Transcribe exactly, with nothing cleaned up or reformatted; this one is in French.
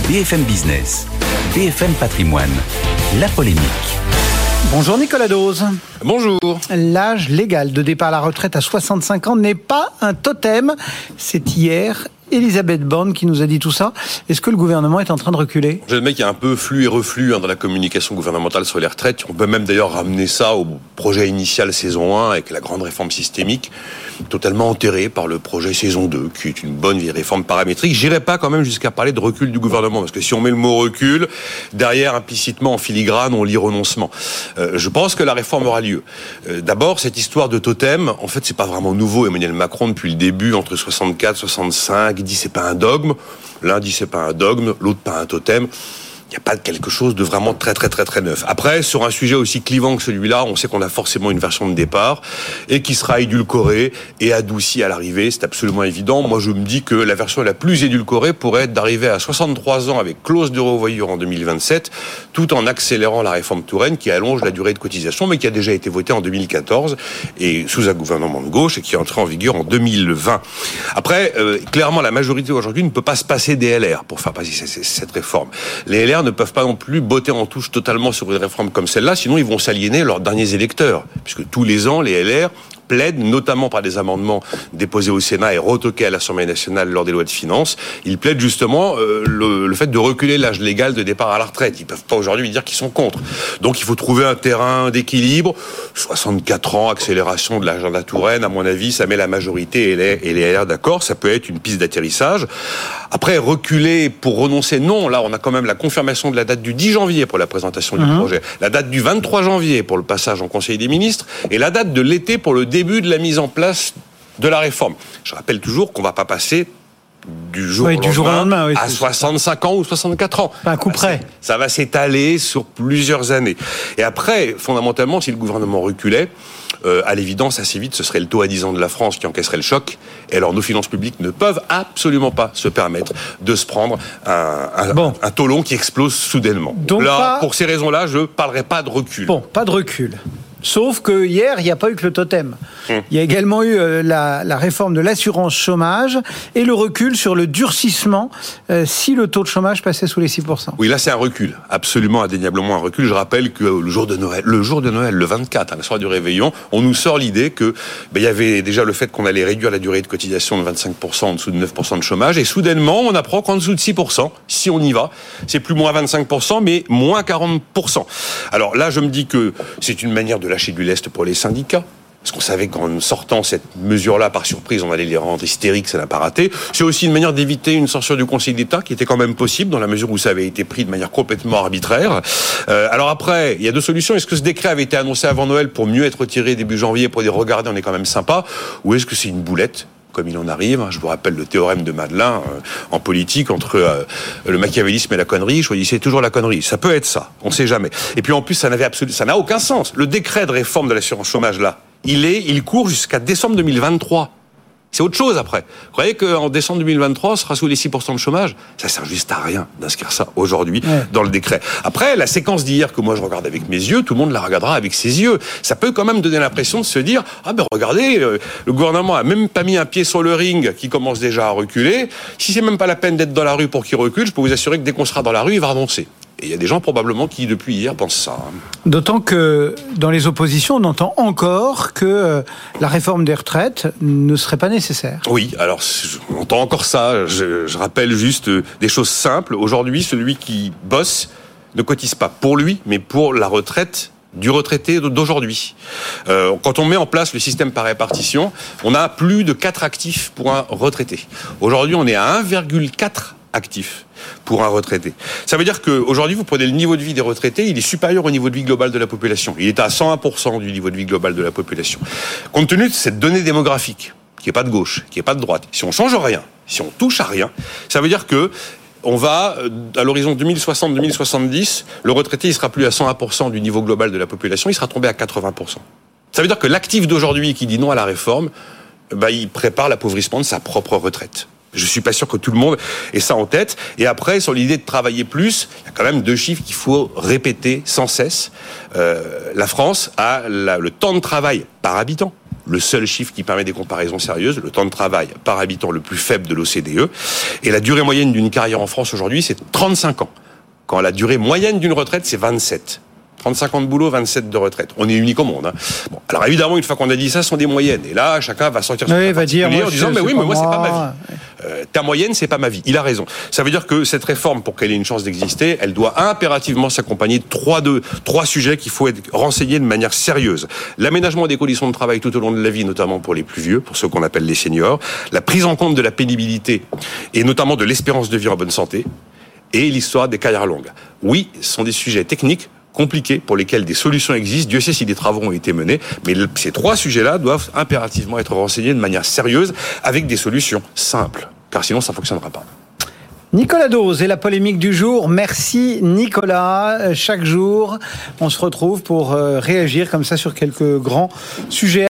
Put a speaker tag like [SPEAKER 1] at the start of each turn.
[SPEAKER 1] B F M Business, B F M Patrimoine, la polémique.
[SPEAKER 2] Bonjour Nicolas Dose.
[SPEAKER 3] Bonjour.
[SPEAKER 2] L'âge légal de départ à la retraite à soixante-cinq ans n'est pas un totem. C'est hier Elisabeth Borne qui nous a dit tout ça. Est-ce que le gouvernement est en train de reculer ?
[SPEAKER 3] Je mec, il y a un peu flux et reflux hein, dans la communication gouvernementale sur les retraites. On peut même d'ailleurs ramener ça au projet initial saison un avec la grande réforme systémique, totalement enterré par le projet saison deux, qui est une bonne vieille réforme paramétrique. J'irai pas quand même jusqu'à parler de recul du gouvernement, parce que si on met le mot recul, derrière, implicitement, en filigrane, on lit renoncement. Euh, je pense que la réforme aura lieu. Euh, d'abord, cette histoire de totem, en fait, c'est pas vraiment nouveau. Emmanuel Macron, depuis le début, entre soixante-quatre, soixante-cinq, dit c'est pas un dogme. L'un dit c'est pas un dogme, l'autre pas un totem. Il n'y a pas quelque chose de vraiment très très très très neuf. Après, sur un sujet aussi clivant que celui-là, on sait qu'on a forcément une version de départ et qui sera édulcorée et adoucie à l'arrivée, c'est absolument évident. Moi, je me dis que la version la plus édulcorée pourrait être d'arriver à soixante-trois ans avec clause de revoyure en deux mille vingt-sept, tout en accélérant la réforme Touraine qui allonge la durée de cotisation, mais qui a déjà été votée en deux mille quatorze et sous un gouvernement de gauche et qui est entré en vigueur en deux mille vingt. Après, euh, clairement, la majorité aujourd'hui ne peut pas se passer des L R pour faire passer cette réforme. Les L R ne peuvent pas non plus botter en touche totalement sur une réforme comme celle-là, sinon ils vont s'aliéner leurs derniers électeurs, puisque tous les ans, les L R plaident, notamment par des amendements déposés au Sénat et retoqués à l'Assemblée nationale lors des lois de finances, ils plaident justement euh, le, le fait de reculer l'âge légal de départ à la retraite. Ils peuvent pas aujourd'hui dire qu'ils sont contre. Donc il faut trouver un terrain d'équilibre. soixante-quatre ans, accélération de l'agenda Touraine, à mon avis, ça met la majorité et les, et les L R d'accord. Ça peut être une piste d'atterrissage. Après, reculer pour renoncer, non. Là, on a quand même la confirmation de la date du dix janvier pour la présentation du mmh. projet, la date du vingt-trois janvier pour le passage en Conseil des ministres et la date de l'été pour le début de la mise en place de la réforme. Je rappelle toujours qu'on ne va pas passer du jour,
[SPEAKER 2] oui,
[SPEAKER 3] au,
[SPEAKER 2] du
[SPEAKER 3] lendemain
[SPEAKER 2] jour au lendemain oui,
[SPEAKER 3] à soixante-cinq ans ou soixante-quatre ans.
[SPEAKER 2] Un coup près.
[SPEAKER 3] Ça va s'étaler sur plusieurs années. Et après, fondamentalement, si le gouvernement reculait, euh, à l'évidence, assez vite, ce serait le taux à dix ans de la France qui encaisserait le choc. Et alors, nos finances publiques ne peuvent absolument pas se permettre de se prendre un, un, bon. un taux long qui explose soudainement.
[SPEAKER 2] Donc
[SPEAKER 3] là,
[SPEAKER 2] pas...
[SPEAKER 3] pour ces raisons-là, je ne parlerai pas de recul.
[SPEAKER 2] Bon, pas de recul. Sauf que hier, il n'y a pas eu que le totem.
[SPEAKER 3] Mmh.
[SPEAKER 2] Il y a également eu euh, la, la réforme de l'assurance chômage et le recul sur le durcissement euh, si le taux de chômage passait sous les six pour cent.
[SPEAKER 3] Oui, là, c'est un recul. Absolument, indéniablement un recul. Je rappelle que le jour de Noël, le jour de Noël, le vingt-quatre, à la soirée du réveillon, on nous sort l'idée que, ben, il y avait déjà le fait qu'on allait réduire la durée de cotisation de vingt-cinq pour cent en dessous de neuf pour cent de chômage. Et soudainement, on apprend qu'en dessous de six pour cent, si on y va, c'est plus moins vingt-cinq pour cent, mais moins quarante pour cent. Alors là, je me dis que c'est une manière de lâcher du lest pour les syndicats. Parce qu'on savait qu'en sortant cette mesure-là par surprise, on allait les rendre hystériques, ça n'a pas raté. C'est aussi une manière d'éviter une censure du Conseil d'État qui était quand même possible dans la mesure où ça avait été pris de manière complètement arbitraire. Euh, alors après, il y a deux solutions. Est-ce que ce décret avait été annoncé avant Noël pour mieux être retiré début janvier pour les regarder, on est quand même sympa, ou est-ce que c'est une boulette comme il en arrive? Je vous rappelle le théorème de Madelin euh, en politique entre euh, le machiavélisme et la connerie. Choisissez toujours la connerie. Ça peut être ça, on ne sait jamais. Et puis en plus, ça n'avait absolument, ça n'a aucun sens. Le décret de réforme de l'assurance chômage là, il est, il court jusqu'à décembre deux mille vingt-trois. C'est autre chose après. Vous croyez qu'en décembre deux mille vingt-trois, on sera sous les six pour cent de chômage? Ça sert juste à rien d'inscrire ça aujourd'hui ouais. dans le décret. Après, la séquence d'hier que moi je regarde avec mes yeux, tout le monde la regardera avec ses yeux. Ça peut quand même donner l'impression de se dire, ah ben regardez, le gouvernement a même pas mis un pied sur le ring qui commence déjà à reculer. Si c'est même pas la peine d'être dans la rue pour qu'il recule, je peux vous assurer que dès qu'on sera dans la rue, il va renoncer. Et il y a des gens probablement qui, depuis hier, pensent ça.
[SPEAKER 2] D'autant que dans les oppositions, on entend encore que la réforme des retraites ne serait pas nécessaire.
[SPEAKER 3] Oui, alors on entend encore ça. Je, je rappelle juste des choses simples. Aujourd'hui, celui qui bosse ne cotise pas pour lui, mais pour la retraite du retraité d'aujourd'hui. Euh, quand on met en place le système par répartition, on a plus de quatre actifs pour un retraité. Aujourd'hui, on est à un virgule quatre actifs pour un retraité. Ça veut dire qu'aujourd'hui, vous prenez le niveau de vie des retraités, il est supérieur au niveau de vie global de la population. Il est à cent un pour cent du niveau de vie global de la population. Compte tenu de cette donnée démographique, qui n'est pas de gauche, qui n'est pas de droite, si on change rien, si on touche à rien, ça veut dire que on va, à l'horizon deux mille soixante deux mille soixante-dix, le retraité, il sera plus à cent un pour cent du niveau global de la population, il sera tombé à quatre-vingts pour cent. Ça veut dire que l'actif d'aujourd'hui qui dit non à la réforme, bah, il prépare l'appauvrissement de sa propre retraite. Je suis pas sûr que tout le monde ait ça en tête. Et après, sur l'idée de travailler plus, il y a quand même deux chiffres qu'il faut répéter sans cesse. Euh, la France a la, le temps de travail par habitant le seul chiffre qui permet des comparaisons sérieuses, le temps de travail par habitant le plus faible de l'O C D E. Et la durée moyenne d'une carrière en France aujourd'hui, c'est trente-cinq ans. Quand la durée moyenne d'une retraite, c'est vingt-sept. trente-cinq ans de boulot, vingt-sept de retraite. On est unique au monde. Hein. Bon, alors évidemment, une fois qu'on a dit ça, ce sont des moyennes. Et là, chacun va sortir son
[SPEAKER 2] oui, va dire, moi,
[SPEAKER 3] en disant, mais oui, mais moi, c'est pas ma vie. Euh, ta moyenne, c'est pas ma vie. Il a raison. Ça veut dire que cette réforme, pour qu'elle ait une chance d'exister, elle doit impérativement s'accompagner de trois, de, trois sujets qu'il faut être renseigner de manière sérieuse. L'aménagement des conditions de travail tout au long de la vie, notamment pour les plus vieux, pour ceux qu'on appelle les seniors. La prise en compte de la pénibilité et notamment de l'espérance de vie en bonne santé. Et l'histoire des carrières longues. Oui, ce sont des sujets techniques, compliqués, pour lesquels des solutions existent. Dieu sait si des travaux ont été menés, mais ces trois sujets-là doivent impérativement être renseignés de manière sérieuse, avec des solutions simples, car sinon ça ne fonctionnera pas.
[SPEAKER 2] Nicolas Dose et la polémique du jour. Merci Nicolas. Chaque jour, on se retrouve pour réagir comme ça sur quelques grands sujets.